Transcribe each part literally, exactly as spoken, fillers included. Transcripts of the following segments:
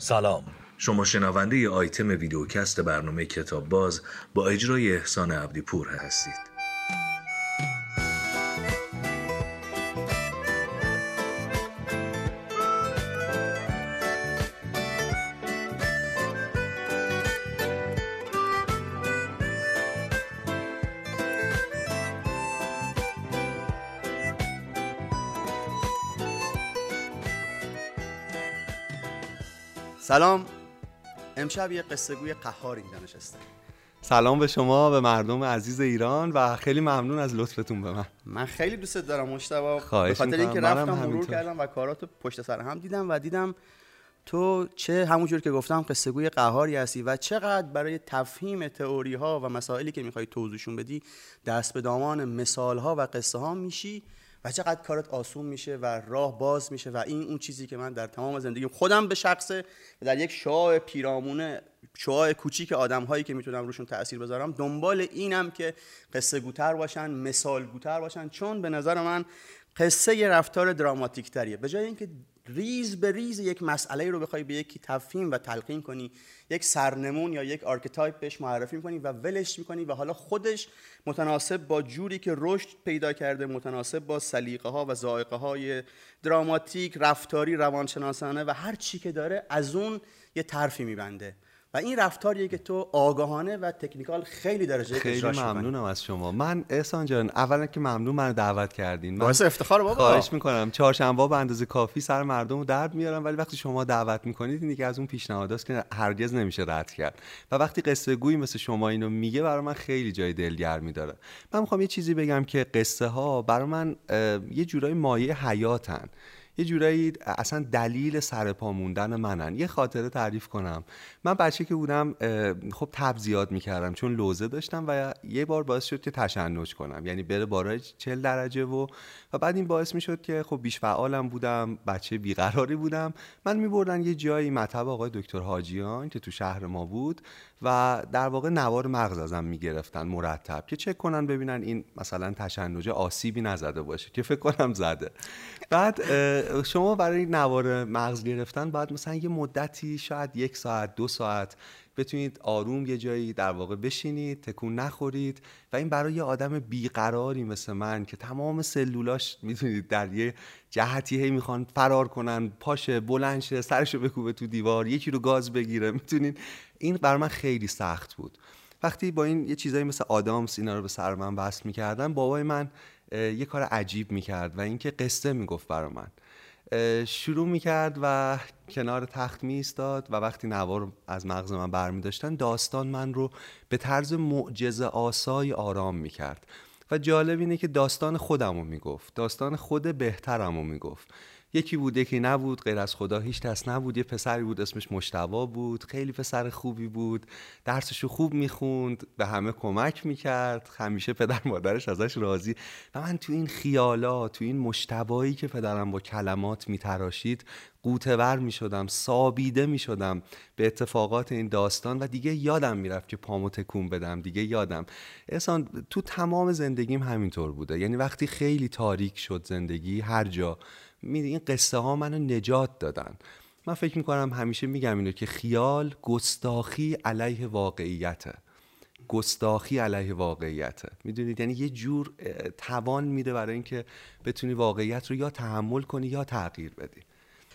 سلام، شما شنونده ی آیتم ویدیوکست برنامه کتاب باز با اجرای احسان عبدی پور هستید. سلام، امشب یه قصه گوی قهار اینجا نشستم. سلام به شما، به مردم عزیز ایران و خیلی ممنون از لطفتون به من. من خیلی دوستت دارم مجتبی، به خاطر اینکه رفتم مرور کردم و کاراتو پشت سر هم دیدم و دیدم تو چه همونجور که گفتم قصه گوی قهاری هستی و چقدر برای تفهیم تئوری ها و مسائلی که میخوای توضیحشون بدی دست به دامان مثال ها و قصه ها میشی و چقدر کارت آسون میشه و راه باز میشه. و این اون چیزی که من در تمام زندگیم خودم به شخصه در یک شعاع پیرامونه، شعاع کوچیک آدم‌هایی که میتونم روشون تأثیر بذارم، دنبال اینم که قصه گوتر باشن، مثال گوتر باشن، چون به نظر من قصه یه رفتار دراماتیک تریه. به جای اینکه ریز به ریز یک مسئله رو بخوای به یکی تفهیم و تلقین کنی، یک سرنمون یا یک آرکیتایپ بهش معرفی می‌کنی و ولش می‌کنی و حالا خودش متناسب با جوری که رشد پیدا کرده، متناسب با سلیقه‌ها و ذائقه‌های دراماتیک، رفتاری، روانشناسانه و هر چی که داره از اون یه طرفی می‌بنده. و این رفتاریه که تو آگاهانه و تکنیکال خیلی درجه خیلی ممنونم از شما. من احسان جان، اولا که ممنون منو دعوت کردین. باعث افتخار بابا. خواهش میکنم. چهارشنبه به اندازه کافی سر مردم رو درد میارم، ولی وقتی شما دعوت میکنید این دیگه از اون پیشنهاداست که هرگز نمیشه رد کرد. و وقتی قصه گویی مثل شما اینو میگه برای من خیلی جای دلگرمی داره. من میخوام یه چیزی بگم که قصه ها برای من یه جورایی مایه حیاتن، یه جورایی اصلا دلیل سرپا موندن منن. یه خاطره تعریف کنم. من بچه که بودم خب تب زیاد میکردم چون لوزه داشتم و یه بار باعث شد که تشنج کنم، یعنی بره بالای چهل درجه و و بعد این باعث میشد که خب بیش فعالم بودم، بچه بیقراری بودم. من میبردن یه جایی مطب آقای دکتر حاجیان که تو شهر ما بود و در واقع نوار مغز ازم میگرفتن مرتب که چک کنن ببینن این مثلا تشنج آسیبی نزده باشه، که فکر کنم زده. بعد شما برای نوار مغز گرفتن باید مثلا یه مدتی، شاید یک ساعت دو ساعت بتونید آروم یه جایی در واقع بشینید، تکون نخورید و این برای یه آدم بیقراری مثل من که تمام سلولاش میتونید در یه جهتی هی میخوان فرار کنن، پاشه بلند شه، سرشو بکوبه تو دیوار، یکی رو گاز بگیره، میتونید. این برای من خیلی سخت بود. وقتی با این یه چیزایی مثل آدامس اینا رو به سر من وصل میکردن، بابای من یه کار عجیب میکرد و اینکه قصه میگفت برای من. شروع میکرد و کنار تخت میایستاد و وقتی نوار از مغز من برمی‌داشتن داستان من رو به طرز معجزه آسای آرام میکرد. و جالب اینه که داستان خودم رو میگفت، داستان خود بهترم رو میگفت. یکی بود یکی نبود، غیر از خدا هیچ کس نبود. یه پسری بود اسمش مجتبی بود، خیلی پسر خوبی بود، درسشو خوب میخوند، به همه کمک میکرد، همیشه پدر مادرش ازش راضی. و من تو این خیالات، تو این مجتبایی که پدرم با کلمات میتراشید غوطه‌ور میشدم، سابیده میشدم به اتفاقات این داستان و دیگه یادم میرفت که پامو تکون بدم. دیگه یادم احسان تو تمام زندگیم همینطور بوده. یعنی وقتی خیلی تاریک شد زندگی هر جا، این قصه ها منو نجات دادن. من فکر میکنم همیشه میگم اینو که خیال گستاخی علیه واقعیته، گستاخی علیه واقعیته. میدونید، یعنی یه جور توان میده برای اینکه بتونی واقعیت رو یا تحمل کنی یا تغییر بدی.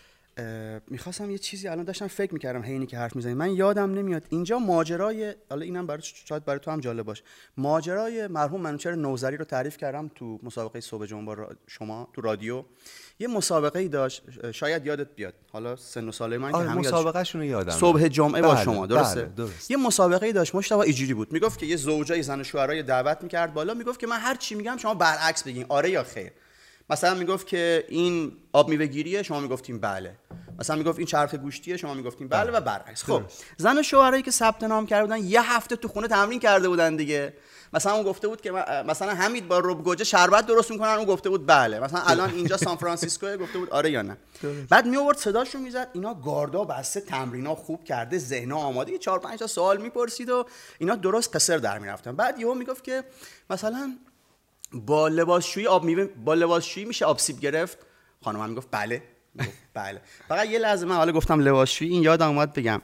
میخواستم یه چیزی الان داشتم فکر میکردم اینی که حرف میزنی، من یادم نمیاد اینجا ماجرای، حالا اینم برای شاید برای تو هم جالب باشه، ماجرای مرحوم منوچهر نوذری رو تعریف کردم تو مسابقه صبح جمعه با شما تو رادیو. یه مسابقه ای داشت، شاید یادت بیاد، حالا سن و سال من که همین مسابقه شون یادم، صبح جمعه با بله، شما درسته؟ بله، درست. یه مسابقه ای داشت، مجتبی ایجوری بود، میگفت که یه زوجای زن و شوهرای دعوت میکرد بالا، میگفت که من هر چی میگم شما برعکس بگین، آره یا خیر. مثلا میگفت که این آب میوه گیریه، شما میگفتیم بله. مثلا میگفت این چرخ گوشتیه، شما میگفتیم بله و برعکس. خب زن و شوهرایی که ثبت نام کرده بودن یه هفته تو خونه تمرین کرده بودن دیگه. مثلا اون گفته بود که مثلا حمید با رب گوجه شربت درست میکنن، اون گفته بود بله. مثلا الان اینجا سان فرانسیسکو، گفته بود آره یا نه. بعد می آورد صداشو میزد، اینا گاردا بسته، تمرینا خوب کرده، ذهنا آماده، چهار پنج تا سوال میپرسید و اینا درست قصر در میرفتن. بعد یهو میگفت که مثلا با لباسشویی آب میوه، با لباسشویی میشه آب سیب گرفت؟ خانم هم میگفت بله. بله. فقط یه لحظه، من حالا گفتم لباسشویی، این یادم اومد بگم،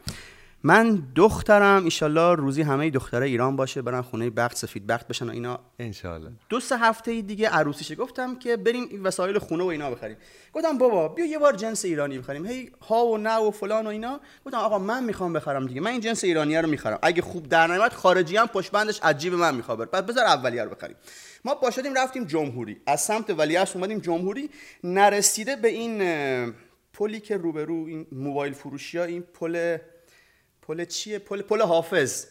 من دخترم ایشالله روزی همه دخترای ایران باشه برن خونه بخت سفید بخت بشن و اینا انشالله. دو سه هفته دیگه عروسیشه. گفتم که بریم این وسایل خونه و اینا بخریم. گفتم بابا بیا یه بار جنس ایرانی بخریم. هی ها و نه و فلان و اینا. گفتم آقا من میخوام بخرم دیگه، من این جنس ایرانی رو میخرم، اگه خوب در نمیاد خارجی هم پشت بندش عجیب من میخواد، بعد بذار اولیه رو بخریم. ما باشدیم رفتیم جمهوری، از سمت ولیعصر اومدیم جمهوری، نرسیده به این پلی که روبرو این موبایل فروشی‌ها، این پل پل چیه؟ پل پل حافظ.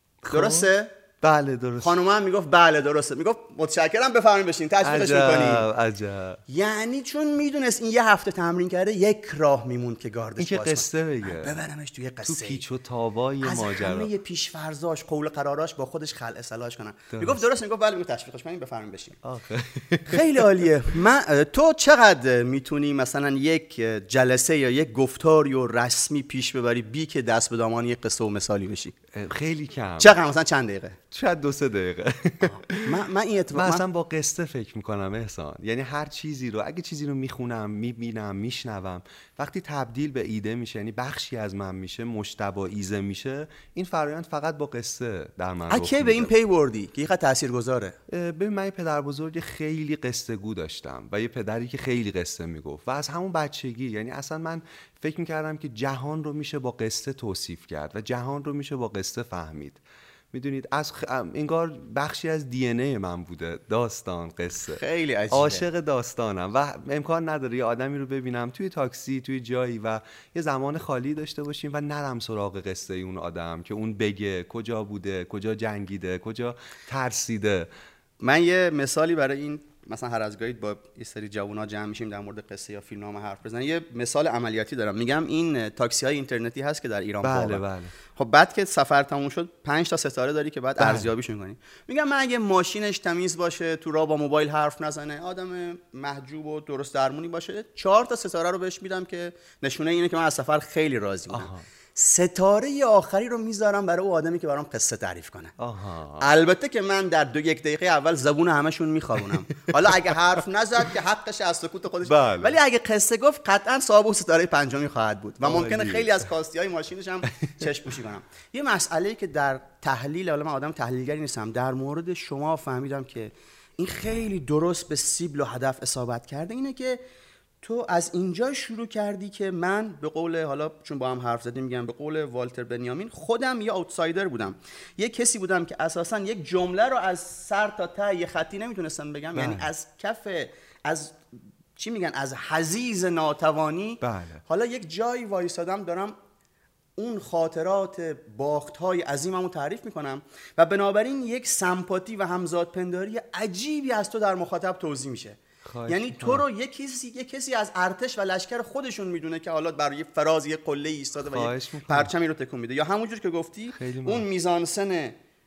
درسته؟ بله درسته. خانم هم میگفت بله درسته. میگفت متشکرم بفرمایید بشین تشویقش می‌کنیم. عجب. یعنی چون میدونست این یه هفته تمرین کرده یک راه میموند که گاردش باز کنه. این که قصه بگه. ببرمش توی قصه. تو پیچ و تابای ماجرا. از همه پیش‌فرضاش، قول قراراش با خودش خلع اصلاحش کنن. میگفت درست، میگفت بله، میگفت تشویقش کنیم بفرمایید بشین. آخه خیلی عالیه. من تو چقدر میتونی مثلا یک جلسه یا یک گفتاری و رسمی پیش ببری بی که دست به دامان یک قصه و مثالی بشی؟ خیلی کم. چقدر مثلا چند دقیقه؟ شاید دو سه دقیقه. من من این اتفاق من اصلا با قصه فکر میکنم احسان، یعنی هر چیزی رو اگه چیزی رو میخونم میبینم میشنوم وقتی تبدیل به ایده میشه، یعنی بخشی از من میشه، مشتبا ایزه میشه، این فرآیند فقط با قصه در من رخ میده. اگه به این پی بردی که اینقدر تاثیرگذاره؟ ببین من یه پدر بزرگ خیلی قصه گو داشتم و یه پدری که خیلی قصه میگفت و از همون بچگی، یعنی اصلا من فکر میکردم که جهان رو میشه با قصه توصیف کرد و جهان رو میشه با قصه فهمید. میدونید از خ... انگار بخشی از دی ان ای من بوده، داستان، قصه. خیلی عجیبه. عاشق داستانم و امکان نداره یه آدمی رو ببینم توی تاکسی توی جایی و یه زمان خالی داشته باشیم و نرم سراغ قصه اون آدم که اون بگه کجا بوده، کجا جنگیده، کجا ترسیده. من یه مثالی برای این، مثلا هر از گاهی با یه سری جوونا جمع میشیم در مورد قصه یا فیلمنامه حرف بزنیم، یه مثال عملیاتی دارم. میگم این تاکسی های اینترنتی هست که در ایران بله بله. خب بعد که سفر تموم شد پنج تا ستاره داری که بعد ارزیابیشون کنی. میگم من اگه ماشینش تمیز باشه، تو راه با موبایل حرف نزنه، آدم محجوب و درست درمونی باشه، چهار تا ستاره رو بهش میدم که نشونه اینه که من از سفر خیلی راضی بودم. آها. ستاره آخری رو میذارم برای اون آدمی که برام قصه تعریف کنه. آها. البته که من در دو یک دقیقه اول زبون همشون میخوابونم. حالا اگه حرف نزد که حقش از سکوت خودش، بله. ولی اگه قصه گفت قطعا صاحب اون ستاره پنجمی خواهد بود و ممکنه خیلی از کاستی‌های ماشینش هم چشم پوشی کنم. یه مسئله‌ای که در تحلیل، حالا من آدم تحلیلگری نیستم، در مورد شما فهمیدم که این خیلی درست به سیبل و هدف اصابت کرده، اینه که تو از اینجا شروع کردی که من به قول، حالا چون با هم حرف زدیم میگم به قول والتر بنیامین، خودم یه اوتسایدر بودم، یه کسی بودم که اساسا یک جمله رو از سر تا ته یه خطی نمیتونستم بگم. بله. یعنی از کف، از چی میگن، از حضیض ناتوانی. بله. حالا یک جایی وایسادم دارم اون خاطرات باخت‌های عظیممو تعریف میکنم و بنابراین یک سمپاتی و همزادپنداری عجیبی از تو در مخاطب توزیع میشه. یعنی تو رو یک کسی یک کسی از ارتش و لشکر خودشون میدونه که حالا برای فراز یک قله ایستاده و یک پرچمی رو تکون میده. یا همونجور که گفتی اون میزانسن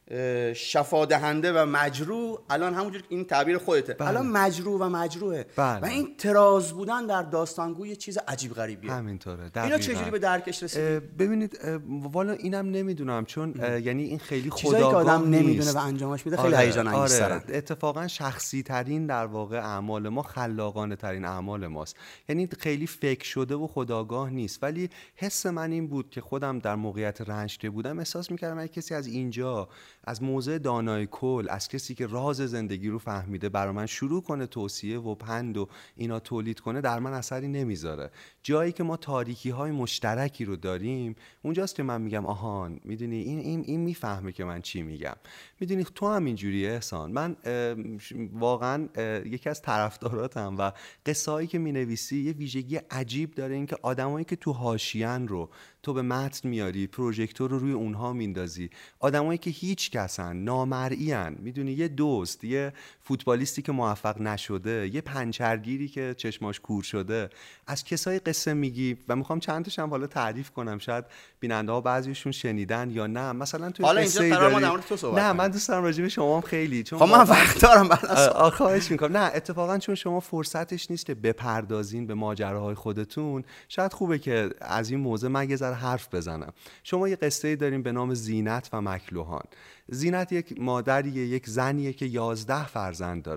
شفا دهنده و مجروح، الان همونجور که این تعبیر خودته، بله. الان مجروح و مجروحه. بله. و این تراز بودن در داستانگو یه چیز عجیب غریبیه. همینطوره. اینا چجوری به درکش رسیدی؟ ببینید والا اینم نمیدونم، چون یعنی این خیلی خودآگاه چیزایی که آدم نمیدونه و انجامش میده خیلی هیجان انگیز آره. اتفاقا شخصی ترین در واقع اعمال ما خلاقانه ترین اعمال ماست، یعنی خیلی فکر شده و خودآگاه نیست. ولی حس من این بود که خودم در موقعیت رنج که بودم احساس میکردم اگه کسی از اینجا، از موضع دانای کل، از کسی که راز زندگی رو فهمیده، برای من شروع کنه توصیه و پند و اینا تولید کنه، در من اثری نمیذاره. جایی که ما تاریکی های مشترکی رو داریم اونجاست که من میگم آهان میدونی این این این میفهمه که من چی میگم. میدونی تو هم اینجوریه احسان. من واقعا یکی از طرفداراتم و قصه‌ای که مینویسی یه ویژگی عجیب داره، این که آدمایی که تو حاشیه‌ن رو تو به متن میاری، پروژکتور رو روی اونها میندازی، آدمایی که هیچ کسن، نامرئین، میدونی، یه دوست، یه فوتبالیستی که موفق نشده، یه پنچرگیری که چشماش کور شده، از کسای قصه میگی و میخوام چند تاشم حالا تعریف کنم، شاید بیننده‌ها بعضیشون شنیدن یا نه. مثلا تو حالا اینجا قرار ما در مورد تو صحبت نه من دوست دارم راجع به شما هم خیلی، چون خب من وقت دارم بعد خواهش میکنم. نه اتفاقا چون شما فرصتش نیست که بپردازین به ماجراهای خودتون، شاید خوبه که از این موضوع من یه ذره حرف بزنم. شما یه قصه‌ای دارین به نام زینت و مکلوهان. زینت یک مادریه، یک زنیه که یازده فرزند داره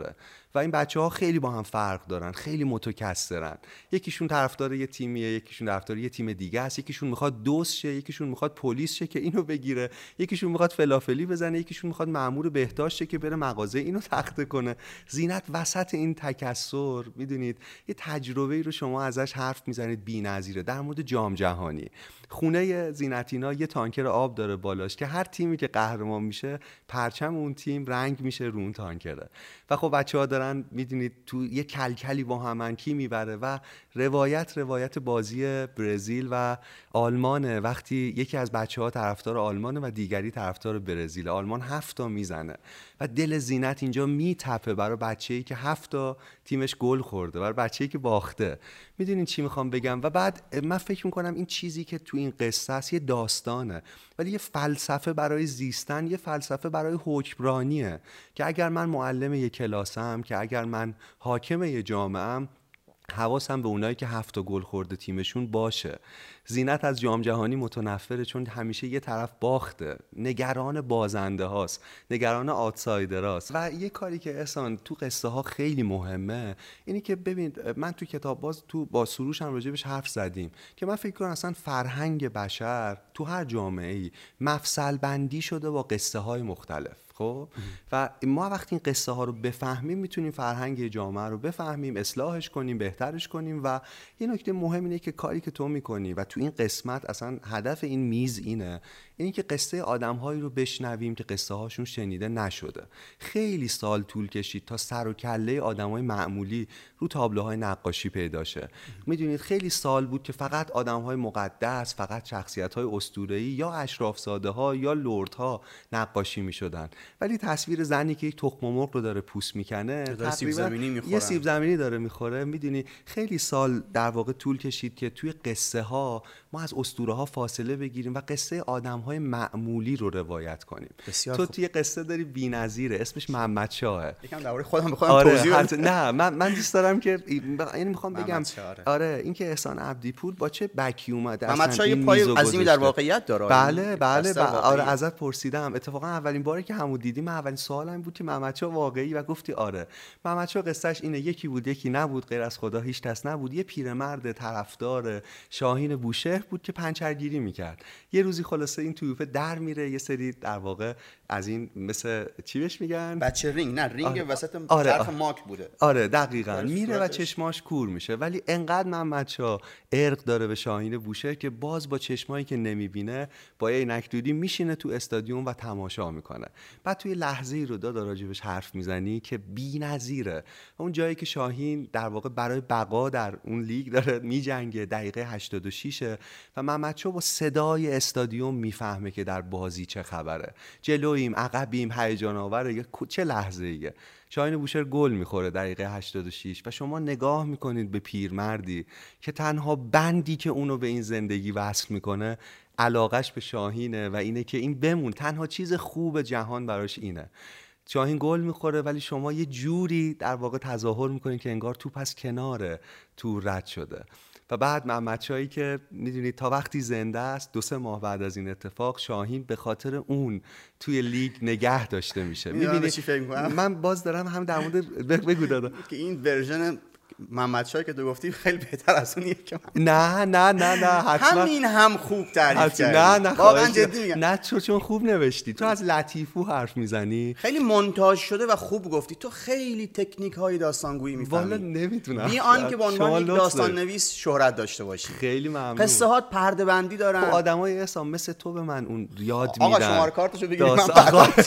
و این بچه‌ها خیلی با هم فرق دارن، خیلی متکثرن. یکیشون طرفدار یه تیمیه، یکیشون طرفدار یه تیم دیگه است، یکیشون میخواد دوست شه، یکیشون میخواد پلیس شه که اینو بگیره، یکیشون میخواد فلافلی بزنه، یکیشون میخواد مأمور بهداشت شه که بره مغازه اینو تخته کنه. زینت وسط این تکثر، میدونید یه تجربه‌ای رو شما ازش حرف میزنید بی‌نظیره. در مورد جام جهانی، خونه زینتینا یه تانکر آب داره بالاش که هر تیمی که قهرمان میشه پرچم اون تیم رنگ میشه رو اون تانکره و خب بچه‌ها دارن میدونید تو یه کلکلی با همن کی میبره و روایت روایت بازی برزیل و آلمانه. وقتی یکی از بچه‌ها طرفدار آلمانه و دیگری طرفدار برزیل، آلمان هفت تا میزنه و دل زینت اینجا میتپه برای بچه‌ای که هفت تا تیمش گل خورده، برای بچه‌ای که باخته. میدونین چی میخوام بگم؟ و بعد من فکر میکنم این چیزی که تو این قصه است یه داستانه، ولی یه فلسفه برای زیستن، یه فلسفه برای حکمرانیه که اگر من معلم یه کلاسم، که اگر من حاکم یه جامعه‌ام، حواسم به اونایی که هفت تا گل خورده تیمشون باشه. زینت از جام جهانی متنفره چون همیشه یه طرف باخته، نگران بازنده هاست، نگران آوتسایدر هاست. و یه کاری که احسان تو قصه ها خیلی مهمه اینی که ببین، من تو کتاب باز تو با سروش هم راجبش حرف زدیم که من فکر کنم اصلا فرهنگ بشر تو هر جامعه‌ای مفصل بندی شده با قصه های مختلف. خب و ما وقتی این قصه ها رو بفهمیم میتونیم فرهنگ جامعه رو بفهمیم، اصلاحش کنیم، بهترش کنیم. و یه نکته مهم اینه که کاری که تو میکنی و تو این قسمت اصلا هدف این میز اینه اینی که قصه آدم‌هایی رو بشنویم که قصه هاشون شنیده نشده. خیلی سال طول کشید تا سر و کله آدم‌های معمولی رو تابلوهای نقاشی پیدا شه. میدونید خیلی سال بود که فقط آدم‌های مقدس، فقط شخصیت‌های اسطوره‌ای یا اشراف‌زاده‌ها یا لردها نقاشی می‌شدن. ولی تصویر زنی که یک تخم مرغ رو داره پوست میکنه، سیب زمینی میخوره، یه سیب زمینی داره میخوره، میدونی خیلی سال در واقع طول کشید که توی قصه ها ما از اسطوره ها فاصله بگیریم و قصه آدم های معمولی رو روایت کنیم. تو توی قصه داری بی‌نظیره، اسمش محمد شاهه. یکم درباره خودم بخوام آره توضیح بدم. نه من من دوست دارم که یعنی میخوام بگم آره این که احسان عبدی‌پور با چه بکی اومده، محمد شاه یه پای عظیمی در واقعیت داره. بله بله, بله آره ازت پرسیدم اتفاقا اولین باری که همو دیدی من اولین سوالم بود که محمد شاه واقعی و گفتی آره. محمد شاه قصهش اینه یکی بود یکی نبود، غیر از خدا هیچ کس نبود. یه پیرمرد طرفدار شاهین بوشهر بود که پنچرگیری میکرد. یه روزی خلاصه این تویوفه در میره، یه سری در واقع از این مثل چی بهش میگن بچه رینگ، نه رینگ آره. وسط آره. طرف ماک بوده. آره دقیقاً میره و چشماش کور میشه. ولی انقدر محمد شاه ارق داره به شاهین بوشهر که باز با چشمایی که نمیبینه با عینک دودی میشینه تو استادیوم و تماشا میکنه. بعد توی لحظه‌ای رو دادا راجبش حرف میزنی که بی‌نظیره. اون جایی که شاهین در واقع برای بقا در اون لیگ داره میجنگه، دقیقه هشتاد و شش و محمد شاه با صدای استادیوم میفهمه که در بازی چه خبره. جلویم، عقبیم، هیجان آوره، چه لحظه‌ایه. شاهین بوشهر گل میخوره دقیقه هشتاد و شش و شما نگاه میکنید به پیرمردی که تنها بندی که اونو به این زندگی وصل میکنه علاقش به شاهینه و اینه که این بمون، تنها چیز خوب جهان براش اینه. شاهین گل میخوره ولی شما یه جوری در واقع تظاهر میکنید که انگار توپ از کنار تو رد شده. و بعد محمد شاهی که میدونید تا وقتی زنده است، دو سه ماه بعد از این اتفاق شاهین به خاطر اون توی لیگ نگه داشته میشه. میبینید من باز دارم هم در مورد بگو دادا که این ورژن محمد شاه که تو گفتی خیلی بهتر از اونیه که من نه نه نه نه حتما همین هم خوب تعریف کردی. نه نه واقعا جدی میگم. نه چون چون خوب نوشتی. تو از لطیفو حرف میزنی، خیلی مونتاژ شده و خوب گفتی. تو خیلی تکنیک های داستانگویی میفهمی. والا نمیدونم بی آن که به عنوان داستان نویس شهرت داشته باشی. خیلی ممنون. قصه هات پرده بندی دارن. خب آدمای احسان مثل تو به من اون یاد میدن. آقا شماره کارتشو بگیر من بعد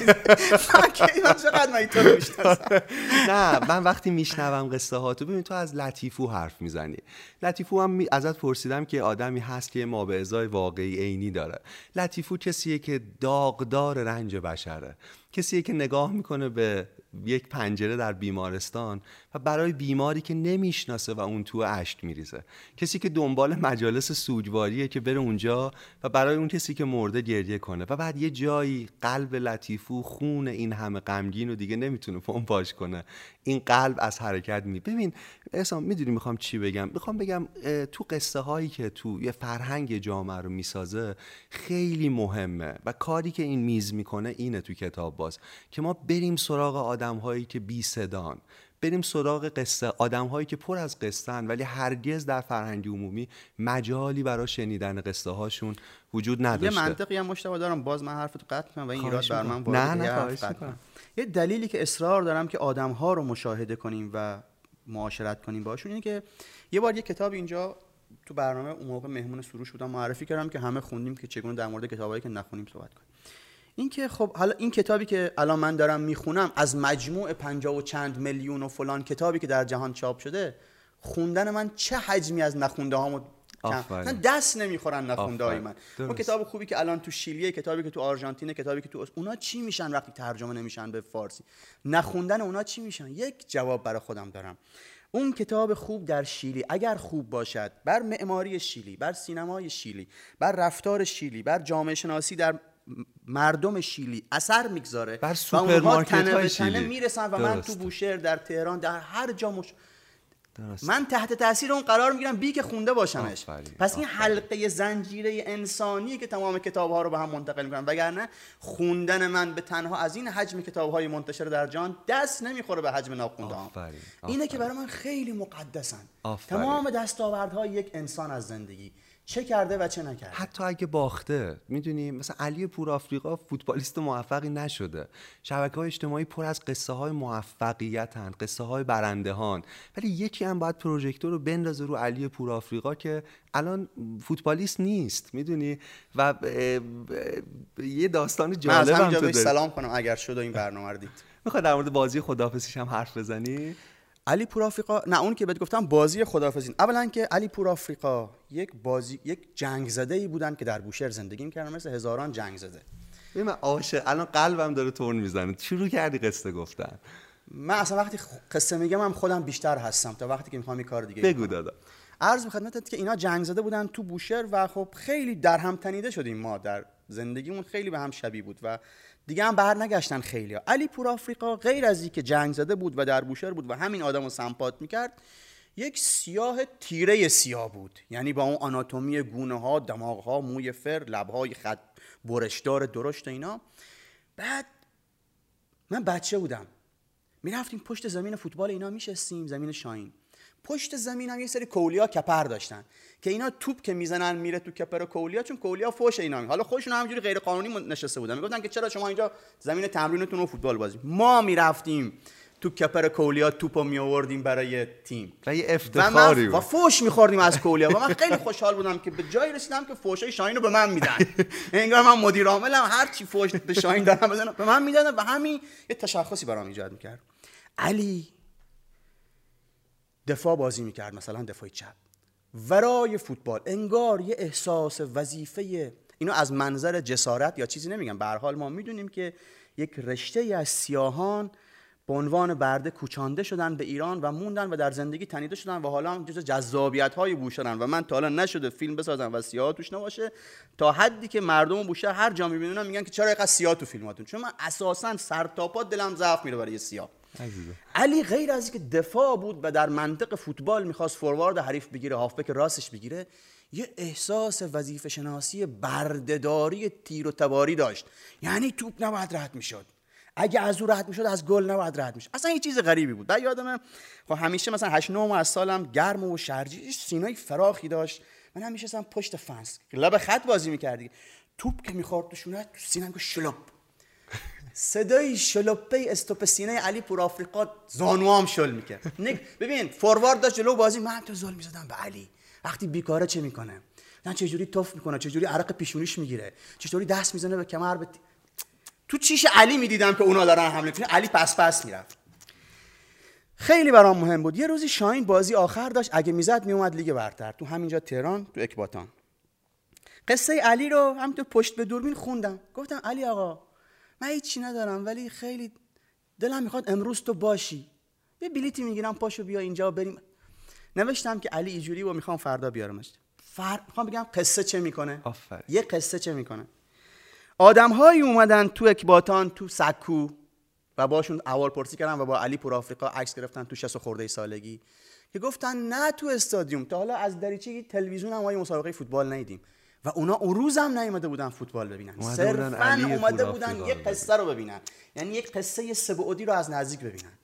چقدر من تو میشناسم. نه من وقتی میشنوم قصه هاتو ببین تو از لطیفو حرف میزنی. لطیفو هم ازت پرسیدم که آدمی هست که ما به ازای واقعی عینی داره. لطیفو کسیه که داغدار رنج بشره، کسیه که نگاه میکنه به یک پنجره در بیمارستان و برای بیماری که نمیشناسه و اون تو اشک میریزه، کسی که دنبال مجالس سوگواریه که بره اونجا و برای اون کسی که مرده گریه کنه و بعد یه جایی قلب لطیفو خون این همه غمگین رو دیگه نمیتونه پمپاژ کنه، این قلب از حرکت می. ببین احسان میدونی میخوام چی بگم؟ میخوام بگم تو قصه هایی که تو یه فرهنگ جامعه رو میسازه خیلی مهمه و کاری که این میز میکنه اینه تو کتاب باز که ما بریم سراغ آدم هایی که بی صدان، بریم سراغ قصه، آدم‌هایی که پر از قصه‌ان ولی هرگز در فرهنگ عمومی مجالی برای شنیدن قصه هاشون وجود نداشته. یه منطقی هم مشتبه دارم، باز من حرفتو قطع کنم و این ایراد بر من وارد نه نه حرف قطع کنم. یه دلیلی که اصرار دارم که آدم‌ها رو مشاهده کنیم و معاشرت کنیم باشون اینه که یه بار یه کتاب اینجا تو برنامه اون موقع مهمون سروش بودم معرفی کردم که همه خوندیم که چگونه در مورد کتابایی که نخونیم صحبت کنیم. این که خب حالا این کتابی که الان من دارم میخونم از مجموع پنجاه و چند میلیون و فلان کتابی که در جهان چاپ شده، خوندن من چه حجمی از نخونده هامو مثلا دست نمیخورن نخونده های من. اون کتاب خوبی که الان تو شیلیه، کتابی که تو آرژانتینه، کتابی که تو اونا چی میشن وقتی ترجمه نمیشن به فارسی؟ نخوندن اونا چی میشن؟ یک جواب برای خودم دارم. اون کتاب خوب در شیلی اگر خوب باشد، بر معماری شیلی، بر سینمای شیلی، بر رفتار شیلی، بر جامعه شناسی در مردم شیلی اثر میگذاره بر سوپرمارکت های شیلی میرسن و من تو بوشهر، در تهران، در هر جا مش... من تحت تاثیر اون قرار میگیرم بی که خونده باشمش. آفرین. پس این آفرین. حلقه زنجیره انسانی که تمام کتاب‌ها رو به هم منتقل می‌کنن، وگرنه خوندن من به تنها از این حجم کتاب‌های منتشر در جهان دست نمیخوره به حجم ناخونده‌ها. اینه که برای من خیلی مقدسن. آفرین. تمام دستاوردهای یک انسان از زندگی، چه کرده و چه نکرده. حتی اگه باخته، میدونی مثلا علی پور آفریقا فوتبالیست موفقی نشده، شبکه‌های اجتماعی پر از قصه های موفقیتن، قصه های برندهان، ولی یکی هم باید پروژکتور رو بندازه رو علی پور آفریقا که الان فوتبالیست نیست، میدونی. و یه داستان جالب هم تو داری. سلام کنم اگر شد این برنامه رو دید. میخوای در مورد بازی خداحافظیش هم حرف بزنی؟ علی پور آفریقا، نه اون که بهت گفتم بازی خداحافظی. اولا که علی پور آفریقا یک بازی یک جنگ زده‌ای بودن که در بوشهر زندگی می‌کردن، مثل هزاران جنگ زده. ببین من عاشق، الان قلبم داره تون میزنه. شروع کردی قصه گفتن. من اصلا وقتی قصه میگم من خودم بیشتر هستم تا وقتی که میخوام این کار دیگه بگو دادا. عرض به خدمتت که اینا جنگ زده بودن تو بوشهر و خب خیلی در هم تنیده شدیم ما، در زندگیمون خیلی به هم شبیه بود و دیگه هم بر نگشتن خیلیا. علی پور آفریقا غیر از اینکه جنگ زده بود و در بوشهر بود و همین آدمو سمپات میکرد، یک سیاه تیره سیاه بود، یعنی با اون آناتومی گونه ها، دماغ ها، موی فر، لبهای خط برشدار درشت اینا. بعد من بچه بودم، میرفتیم پشت زمین فوتبال اینا میشستیم، زمین شاهین. پشت زمین هم یه سری کولیا کپر داشتن که اینا توپ که میزنن میره تو کپر کولیا، چون کولیا فوش اینا می. حالا خودشون همینجوری غیر قانونی نشسته بودن، میگفتن که چرا شما اینجا زمین تمرینتون رو فوتبال بازی. ما میرفتیم تو کپر کولیا توپو می آوردیم برای تیم و یه افتخاری بود و فوش میخوردیم از کولیا و من خیلی خوشحال بودم که به جایی رسیدم که فوشای شاهین رو به من میدن. انگار من مدیر عاملم، هر چی فوش به شاهین دارم بزنم به من میدن و همین یه تشخصی برام ایجاد میکرد. علی دفاع بازی میکرد، مثلا دفاع چپ ورای فوتبال، انگار یه احساس وظیفه. اینو از منظر جسارت یا چیزی نمیگم، به هر حال ما میدونیم که یک رشته از سیاهان به عنوان برده کوچانده شدن به ایران و موندن و در زندگی تنیده شدن و حالا هم جزو جذابیت‌های بوشهرن و من تا حالا نشده فیلم بسازم و سیاه توش نباشه، تا حدی که مردم بوشهر هر جا میبینن میگن که چرا اینقدر سیاه تو فیلماتون، چون من اساساً سر تا پا دلم ضعف میره برای سیاه. عزیزه. علی غیر از اینکه دفاع بود و در منطق فوتبال میخواست فوروارد حریف بگیره، هافبک راستش بگیره، یه احساس وظیفه شناسی بردهداری تیر و تباری داشت. یعنی توپ نباید رد میشد، اگه از اون رد میشد از گل نباید رد میشد. اصلا یه چیز غریبی بود. بعد یادمه خب همیشه مثلا هشت نه ماه سالم گرم و شرجی، سینای فراخی داشت، من همیشه مثلا پشت فنس لب خط بازی می‌کردی، توپ که می‌خورد تو شونه تو سینم که شلوپ، صدای شلوپه استوپ سینه علی پور آفریقا زانوام شل میکرد. ببین فوروارد داشت جلو بازی، من تو زل میزدم به علی وقتی بیکاره چه میکنه، نه چه جوری توف میکنه، چه جوری عرق پیشونیش میگیره، چه جوری دست میزنه به کمر. به تو چیش علی میدیدم که اونا دارن حمله میکنن، علی پس پس میرفت. خیلی برام مهم بود. یه روزی شاهین بازی آخر داشت، اگه میزد میومد لیگ برتر تو همینجا تهران تو اکباتان. قصه علی رو همینطور پشت به دوربین خوندم، گفتم علی آقا من هیچی ندارم ولی خیلی دلم میخواد امروز تو باشی، یه بلیتی میگیرم پاشو بیا اینجا بریم. نوشتم که علی اینجوری و میخوام فردا بیارمش. فر... میخوام بگم قصه چه میکنه. آفر. یه قصه چه میکنه. آدم‌هایی اومدن تو اکباتان تو سکو و باشون احوالپرسی کردن و با علی پور آفریقا عکس گرفتن تو شصت خورده سالگی که گفتن نه تو استادیوم تا حالا از دریچه تلویزیون هم ما مسابقه فوتبال ندیدیم و اونا اون روز هم نیومده بودن فوتبال ببینن، صرفاً اومده بودن یه قصه رو ببینن، یعنی یک قصه سه‌بعدی رو از نزدیک ببینن.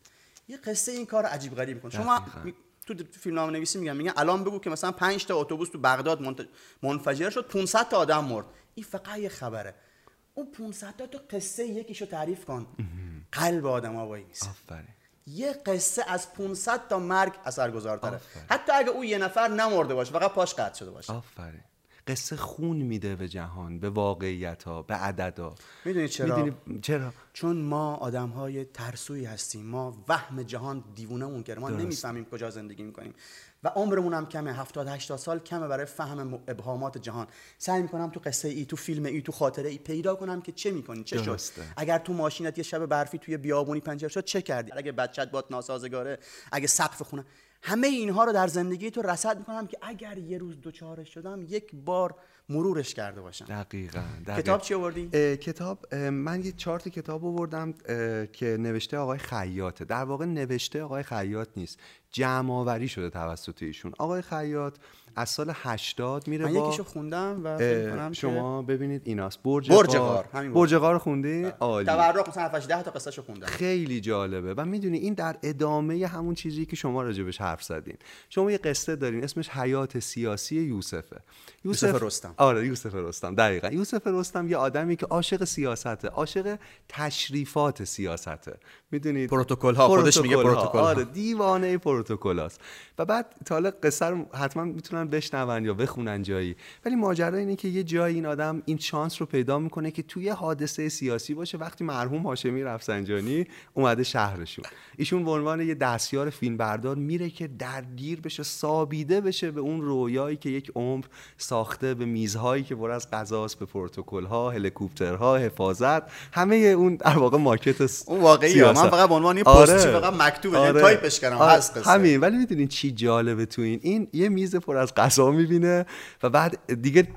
یه قصه این کار عجیب غریب میکنه. شما تو فیلمنامه نویسی میگن میگن الان بگو که مثلا پنج تا اتوبوس تو بغداد منفجر شد، پانصد تا آدم مرد. این فقط یه خبره. اون پانصد تا تو قصه یکیشو تعریف کن. قلب آدم‌ها وای نیست. آفرین. یه قصه از پانصد تا مرگ اثرگذارتره. حتی اگه اون یه نفر نمرده باشه، فقط پاش قطع شده باشه. آفرین. قصه خون میده به جهان، به واقعیت‌ها، به عددها. میدونی چرا؟ میدونی چرا؟ چون ما آدم‌های ترسویی هستیم. ما وهم جهان دیوونه‌مون کرده. ما نمی‌فهمیم کجا زندگی می‌کنیم و عمرمون هم کمه. هفتاد هشتاد سال کمه برای فهم ابهامات جهان. سعی می‌کنم تو قصه ای، تو فیلم ای، تو خاطره ای پیدا کنم که چه می‌کنی، چه شد. اگر تو ماشینت یه شب برفی توی بیابونی پنچر شد چه کردی؟ اگه بچت باد ناسازگاره، اگه سقف خونه، همه اینها رو در زندگی تو رصد می‌کنم که اگر یه روز دوچارش شدم یک بار مرورش کرده باشم. دقیقاً. دقیقاً. کتاب چی آوردی؟ کتاب من یه چهار تا کتاب آوردم که نوشته آقای خیاطه. در واقع نوشته آقای خیاط نیست، جمع آوری شده توسط ایشون. آقای خیاط از سال هشتاد میره من با یکیشو خوندم و فکر کنم شما که ببینید ایناست. برج برج غار. غار. همین برج غار رو خوندی؟ عالی. تورق مثلا هفت ده تا قصه‌شو خوندم. خیلی جالبه و میدونی این در ادامه همون چیزی که شما راجبش حرف زدین. شما یه قصه دارین اسمش حیات سیاسی یوسفه. یوسف, یوسف رستم. آره یوسف رستم. دقیقاً. یوسف رستم یه آدمی که عاشق سیاسته، عاشق تشریفات سیاسته. میدونید پروتکل ها، خودش میگه پروتکل ها. آره دیوانه پروتکلاست. و بعد تا حالا قصه رو حتما میتونن بشنون یا بخونن جایی، ولی ماجرا اینه که یه جایی این آدم این شانس رو پیدا میکنه که توی حادثه سیاسی باشه وقتی مرحوم هاشمی رفسنجانی اومده شهرشون. ایشون به عنوان یه دستیار فیلمبردار میره که درگیر بشه، سابیده بشه به اون رویایی که یک عمر ساخته، به میزهایی که پر از غذاست، به پروتکل‌ها، هلیکوپترها، حفاظت، همه اون در واقع ماکت اون واقعیه. من فقط به عنوان یه پست چی فقط مکتوبه آره. تایپش کردم هست قصه. همین. ولی میدونین چی جالبه تو این این یه میز پر از غذا میبینه و بعد دیگه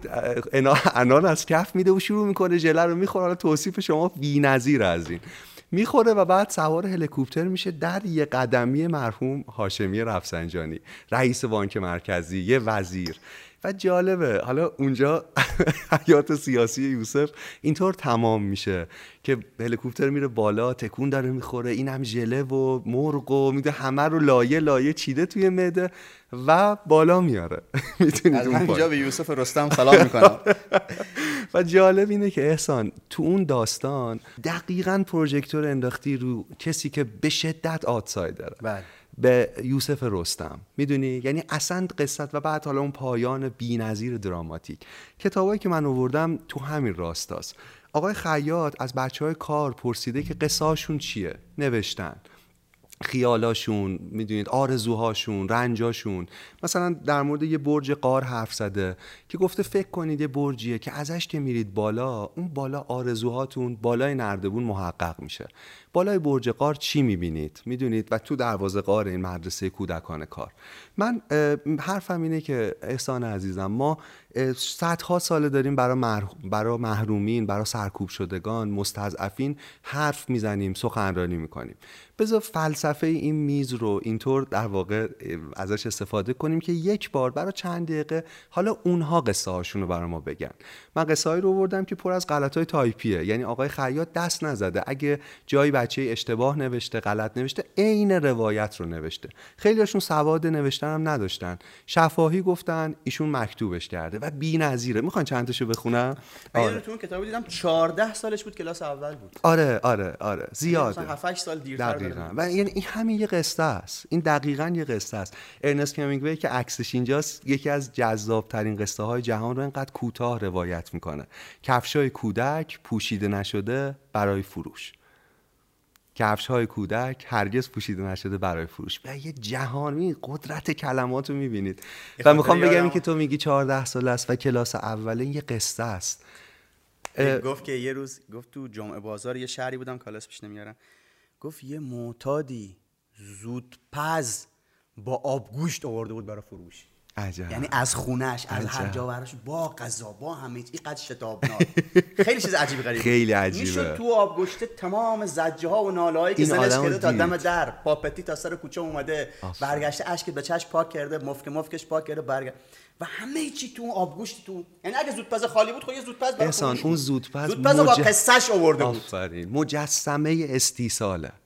انان از کف میده و شروع میکنه ژله رو میخوره. حالا توصیف شما بی‌نظیر از این میخوره و بعد سوار هلیکوپتر میشه در یه قدمی مرحوم هاشمی رفسنجانی، رئیس بانک مرکزی، یه وزیر. و جالبه حالا اونجا حیات سیاسی یوسف اینطور تمام میشه که هلیکوپتر میره بالا، تکون داره میخوره، این هم ژله و مرغ و میده همه رو لایه لایه چیده توی معده و بالا میاره. میتونید از همینجا به یوسف رستم سلام میکنم. و جالب اینه که احسان تو اون داستان دقیقاً پروژکتور انداختی رو کسی که به شدت آوتسایدره. بله. به یوسف رستم. میدونی یعنی اصلا قصت و بعد حالا اون پایان بی‌نظیر دراماتیک. کتابایی که من آوردم تو همین راستاست. آقای خیاط از بچهای کار پرسیده که قصه‌هاشون چیه، نوشتن خیالاشون، میدونید آرزوهاشون، رنجاشون. مثلا در مورد یه برج غار حرف زده که گفته فکر کنید یه برجیه که ازش که میرید بالا، اون بالا آرزوهاتون بالای نردبون محقق میشه. بالای برج غار چی میبینید؟ میدونید و تو دروازه غار این مدرسه کودکان کار. من حرفم اینه که احسان عزیزم، ما صدها ساله داریم برای مح... برای محرومین، برای سرکوب شدگان، مستضعفین حرف میزنیم، سخنرانی میکنیم. بذار فلسفه این میز رو اینطور در واقع ازش استفاده کنیم که یک بار برای چند دقیقه حالا اونها قصه هاشون رو برای ما بگن. من قصه هایی رو آوردم که پر از غلطای تایپیه، یعنی آقای خیاط دست نزده، اگه جایی بچه اشتباه نوشته، غلط نوشته، عین روایت رو نوشته. خیلی هاشون سواد نوشتن هم نداشتن، شفاهی گفتن، ایشون مکتوبش کرده و بی‌نظیره. میخوان چند تاشو بخونم؟ آره. تو اون کتابو دیدم چهارده سالش بود، کلاس اول بود. آره آره آره زیاده، مثلا هفت هشت سال دیرتر. دقیقاً. و یعنی این همین یه قصه است، این دقیقاً یه قصه است. ارنست همینگوی که عکسش اینجاست یکی از جذاب ترین قصه های جهان رو اینقدر کوتاه روایت میکنه. کفشای کودک پوشیده نشده برای فروش. کفش‌های کودک هرگز پوشیده نشده برای فروش. و یه جهانی قدرت کلمات رو می‌بینید. و میخوام بگم این که تو میگی چهارده سال است و کلاس اوله، یه قصه است. گفت که یه روز گفت تو جمعه بازار یه شهری بودم، کلاس پیش نمیارم، گفت یه معتادی زودپز با آبگوشت آورده بود برای فروش. عجب. یعنی از خونش، از هر جا براش، با غذا، با همه چیز، اینقدر شتابناک. خیلی چیز عجیب غریبه. خیلی عجیبه. میشد تو آبگوشت تمام زجه ها و ناله‌هایی که زنش کرده تا دم در، پاپتی تا سر کوچه اومده، برگشته اشک به چشم پاک کرده، مفک مفکش پاک کرده، برگشت و همه چی تو آبگوشت تو. یعنی اگه زودپز خالی بود خب یه زودپز برای فروش. اون زودپز زودپز مج... با قصه‌اش آورده بود. آفرین. مجسمه استیصاله.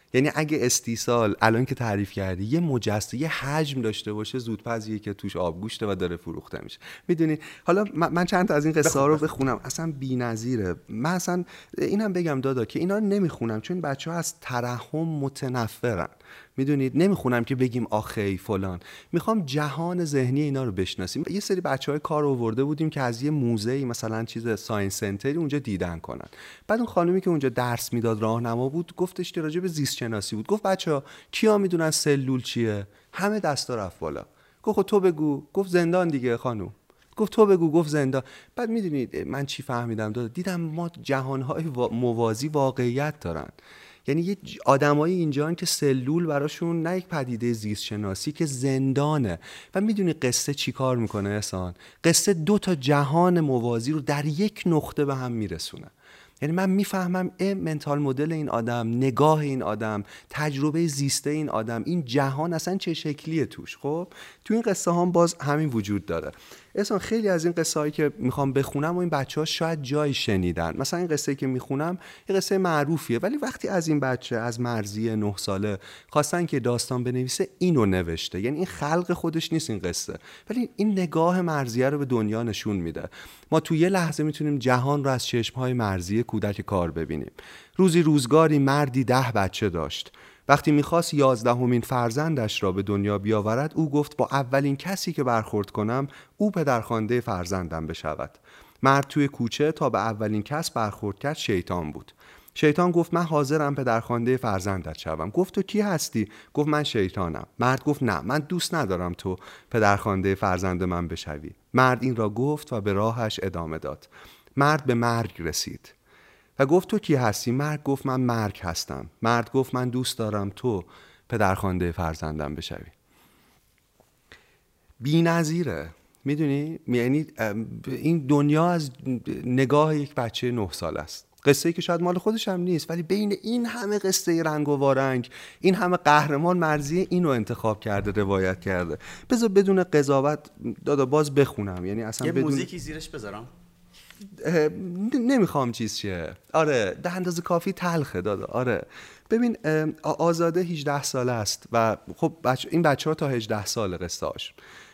یعنی اگه استیصال الان که تعریف کردی یه مجسمه یه حجم داشته باشه، زودپزیه که توش آبگوشته و داره فروخته میشه. میدونی حالا من چند تا از این قصه ها رو بخونم، اصلا بی‌نظیره. من اصلا اینم بگم دادا که اینا رو نمیخونم چون بچه‌ها از ترحم متنفرن. میدونید نمیخونم که بگیم آخی فلان، میخوام جهان ذهنی اینا رو بشناسیم. یه سری بچهای کار آورده بودیم که از یه موزه‌ای مثلا چیز ساینس سنتری اونجا دیدن کنن. بعد اون خانومی که اونجا درس میداد راهنما بود گفتش که راجع به زیست شناسی بود. گفت بچه‌ها کیا میدونن سلول چیه؟ همه دستا رفت بالا. گفت تو بگو. گفت زندان دیگه خانوم. گفت تو بگو. گفت زندان. بعد میدونید من چی فهمیدم داد؟ دیدم ما جهان‌های موازی واقعیت دارن. یعنی یه آدمایی اینجان که سلول براشون نه یک پدیده زیست شناسی که زندانه. و میدونی قصه چی کار میکنه احسان؟ قصه دو تا جهان موازی رو در یک نقطه به هم میرسونه. یعنی من میفهمم اه منتال مدل این آدم، نگاه این آدم، تجربه زیسته این آدم، این جهان اصلا چه شکلیه توش. خب تو این قصه هم باز همین وجود داره. اصلا خیلی از این قصه هایی که میخوام بخونم و این بچه ها شاید جای شنیدن. مثلا این قصه که میخونم یه قصه معروفیه، ولی وقتی از این بچه از مرزی نه ساله خواستن که داستان بنویسه اینو نوشته. یعنی این خلق خودش نیست این قصه، ولی این نگاه مرزیه رو به دنیا نشون میده. ما تو یه لحظه میتونیم جهان رو از چشمهای مرزی کودک کار ببینیم. روزی روزگاری مردی ده بچه داشت. وقتی میخواست یازدهمین فرزندش را به دنیا بیاورد او گفت با اولین کسی که برخورد کنم او پدرخوانده فرزندم بشود. مرد توی کوچه تا به اولین کس برخورد کرد شیطان بود. شیطان گفت من حاضرم پدرخوانده فرزندت شوم. گفت تو کی هستی؟ گفت من شیطانم. مرد گفت نه، من دوست ندارم تو پدرخوانده فرزند من بشوی. مرد این را گفت و به راهش ادامه داد. مرد به مرگ رسید و گفت تو کی هستی؟ مرد گفت من مرگ هستم. مرد گفت من دوست دارم تو پدرخوانده فرزندم بشوی. بی‌نظیره. میدونی؟ یعنی این دنیا از نگاه یک بچه نه سال است. قصه‌ای که شاید مال خودش هم نیست، ولی بین این همه قصه رنگ و وارنگ، این همه قهرمان مرزی اینو انتخاب کرده، روایت کرده. بذار بدون قضاوت دادا باز بخونم. یعنی اصلا یه بدون موزیکی زیرش بذارم. نمیخوام چیز شه. آره ده اندازه کافی تلخه دادا. آره ببین آزاده هجده ساله است و خب بچه این بچه ها تا هجده ساله قصه هاش.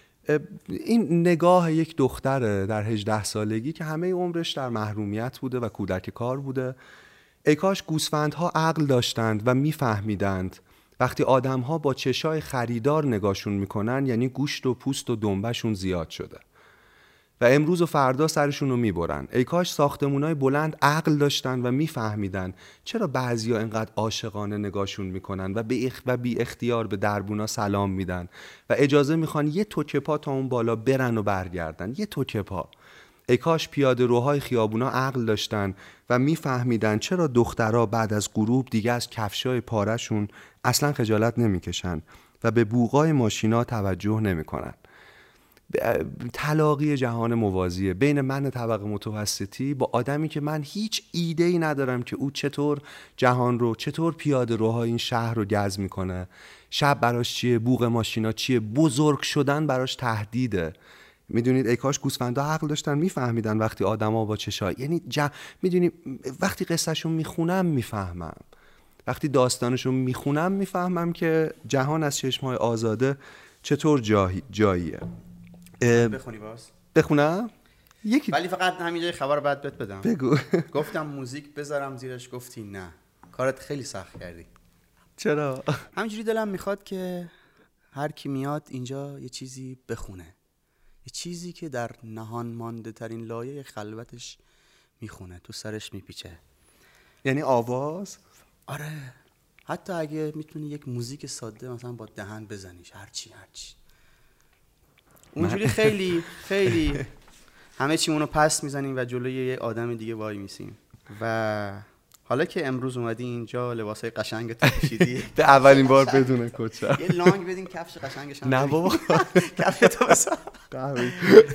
این نگاه یک دختره در هجده سالگی که همه عمرش در محرومیت بوده و کودک کار بوده. ای کاش گوسفندها عقل داشتند و میفهمیدند وقتی آدمها با چشای خریدار نگاهشون میکنن یعنی گوشت و پوست و دنبشون زیاد شده و امروز و فردا سرشون رو میبرن. ای کاش ساختمونای بلند عقل داشتن و میفهمیدن چرا بعضیا اینقدر عاشقانه نگاهشون میکنن و به اخ و بی اختیار به دربونا سلام میدن و اجازه میخوان یه توکه پا تا اون بالا برن و برگردن. یه توکه پا. ای کاش پیاده روهای خیابونا عقل داشتن و میفهمیدن چرا دخترها بعد از غروب دیگه از کفشای پارهشون اصلا خجالت نمیکشن و به بوقای ماشینا توجه نمیکنن. تلاقی جهان موازیه بین من طبقه متوسطی با آدمی که من هیچ ایده‌ای ندارم که او چطور جهان رو، چطور پیاده روهای این شهر رو گز میکنه، شب براش چیه، بوق ماشینا چیه، بزرگ شدن براش تهدیده. میدونید ای کاش گوسفندا عقل داشتن میفهمیدن وقتی آدما با چشای، یعنی جا... میدونی وقتی قصهشون میخونم میفهمم، وقتی داستانشون میخونم میفهمم که جهان از چشمای آزاده چطور جایی... جاییه. بخونی باز؟ بخونم؟ یکی ولی فقط همینجای خبر بعد بهت بدم. بگو. گفتم موزیک بذارم زیرش، گفتی نه. کارت خیلی سخت کردی. چرا؟ همینجوری دلم میخواد که هر کی میاد اینجا یه چیزی بخونه، یه چیزی که در نهان مانده ترین لایه خلوتش میخونه، تو سرش میپیچه. یعنی آواز؟ آره، حتی اگه میتونی یک موزیک ساده مثلا با دهن بزنیش، هرچی هرچی اونجوری خیلی خیلی همه چیمونو پس میزنیم و جلوی یه آدم دیگه وای میسیم. و حالا که امروز اومدی اینجا لباسای قشنگت پوشیدی به اولین بار بدون کچه یه لانگ بدین کفش قشنگش هم نه بابا کفشتو بسا قهوه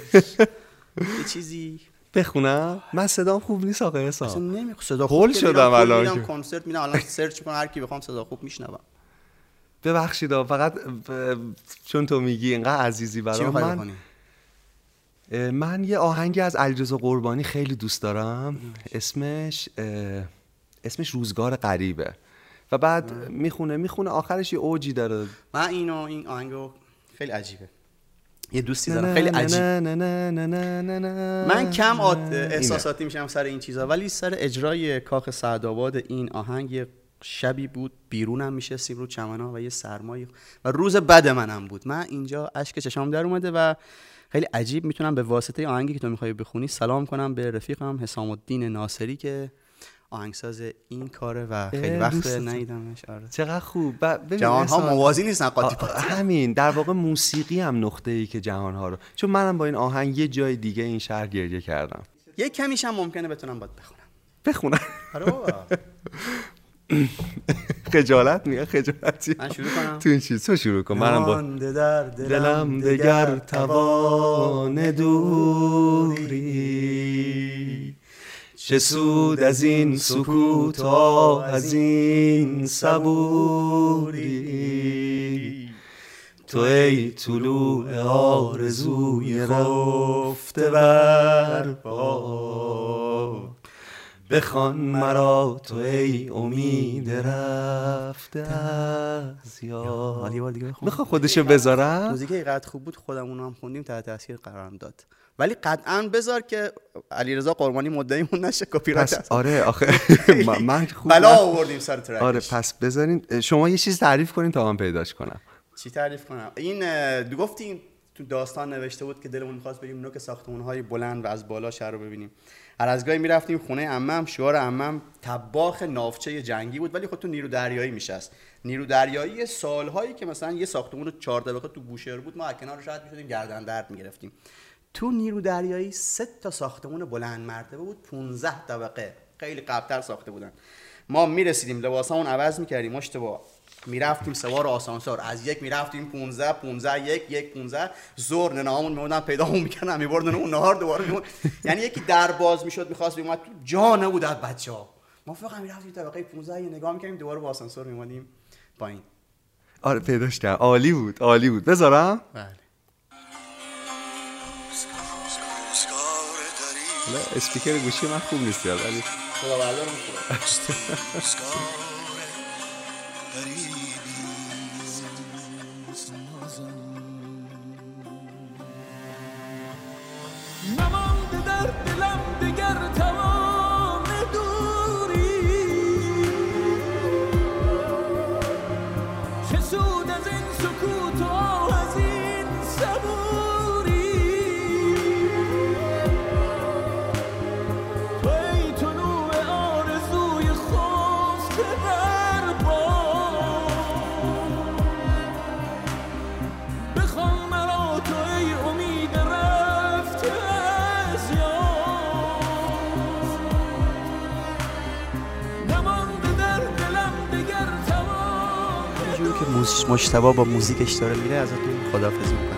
یه چیزی بخونم. من صدام خوب نیست آقا اصلا حسام. نمیخوام صدا خوب شدم الان میرم کنسرت میدم الان سرچ کنم هر کی بخوام صدا خوب میشنوم. ببخشید فقط ب... چون تو میگی اینقدر عزیزی برام. من من یه آهنگی از علیرضا قربانی خیلی دوست دارم. اسمش اسمش روزگار غریبه. و بعد میخونه میخونه آخرش یه اوجی داره. من اینو این آهنگو خیلی عجیبه، یه دوستی دارم خیلی عجیب. من کم احساساتی میشم سر این چیزا، ولی سر اجرای کاخ سعدآباد این آهنگ یه شبی بود بیرونم میشستیم رو چمنا و یه سرمایی و روز بد منم بود. من اینجا اشک چشام در اومده و خیلی عجیب میتونم به واسطه آهنگی که تو میخوای بخونی سلام کنم به رفیقم حسام الدین ناصری که آهنگساز این کاره و خیلی وقت ندیدمش. آره چقدر خوب. ب... جهان ها موازی نیستن قاطی پاتی. همین در واقع موسیقی هم نقطه ای که جهان ها رو، چون منم با این آهنگ یه جای دیگه این شهر گریه کردم. یه کمیش هم ممکنه بتونم باید بخونم. بخونم. آره بابا. خجالت میگه خجالتی. من شروع کنم. تو این چیز تو شروع کن. منم با دلم دگر توان دوری، چه سود از این سکوت ها از این صبوری، تو ای طلوع آرزوی رفته بر باد، بخوان مرا تو ای امید رفته از یاد. میخوام خودشو بذارم. موزیک اینقدر خوب بود خودمون هم خوندیم تحت تاثیر قرارم داد، ولی قطعاً بذار که علیرضا قربانی مدعیمون نشه کپی رایت است. آره آخه من خوب بلا آوردیم سر ترکش. آره پس بذارین شما یه چیز تعریف کنین تا من پیداش کنم. چی تعریف کنم؟ این دو گفتیم تو داستان نوشته بود که دلمون می‌خواست بریم نوک ساختمان‌های بلند و از بالا شهر رو ببینیم. هر از گاهی می‌رفتیم خونه عمم، شوهر عمم طباخ ناوچه جنگی بود ولی خود تو نیرو دریایی میشست. نیرو دریایی سال‌هایی که مثلا یه ساختمون چهار طبقه تو بوشهر بود ما از کنارش رد می‌شدیم گردن درد می‌گرفتیم. تو نیرو دریایی سه تا ساختمون بلند مرتبه بود، پانزده طبقه، خیلی قبل‌تر ساخته بودن. ما میرسیدیم لباسامون عوض می‌کردیم، اشتباه میرفتیم سوار آسانسور، از یک میرفتیم پانزده پانزده یک یک پانزده، زور ننهامون میموندن پیدامون میکردن میبردن اون نهار دوباره میموند. یعنی یکی در باز میشد میخواست بیومد تو جا نبود از بچه‌ها. ما فقط میرفتیم طبقه پانزده یه نگاه میکردیم دوباره با آسانسور میموندیم پایین. آره پیداش کردم. عالی بود عالی بود. بذارم؟ بله. نه اسپیکر گوشی من خوب نیست ولی خدا بردارم خوبه. نمانده در دلم دگر توان دوری، چه سود از این سکوت و از این صبوری، تو ای طلوع آرزوی خفته بر باد، بخوان مرا تو ای امید رفته از یاد، نمانده در دلم دگر توان. اینجوری که مجتبی با موزیکش داره میره ازتون خداحافظی.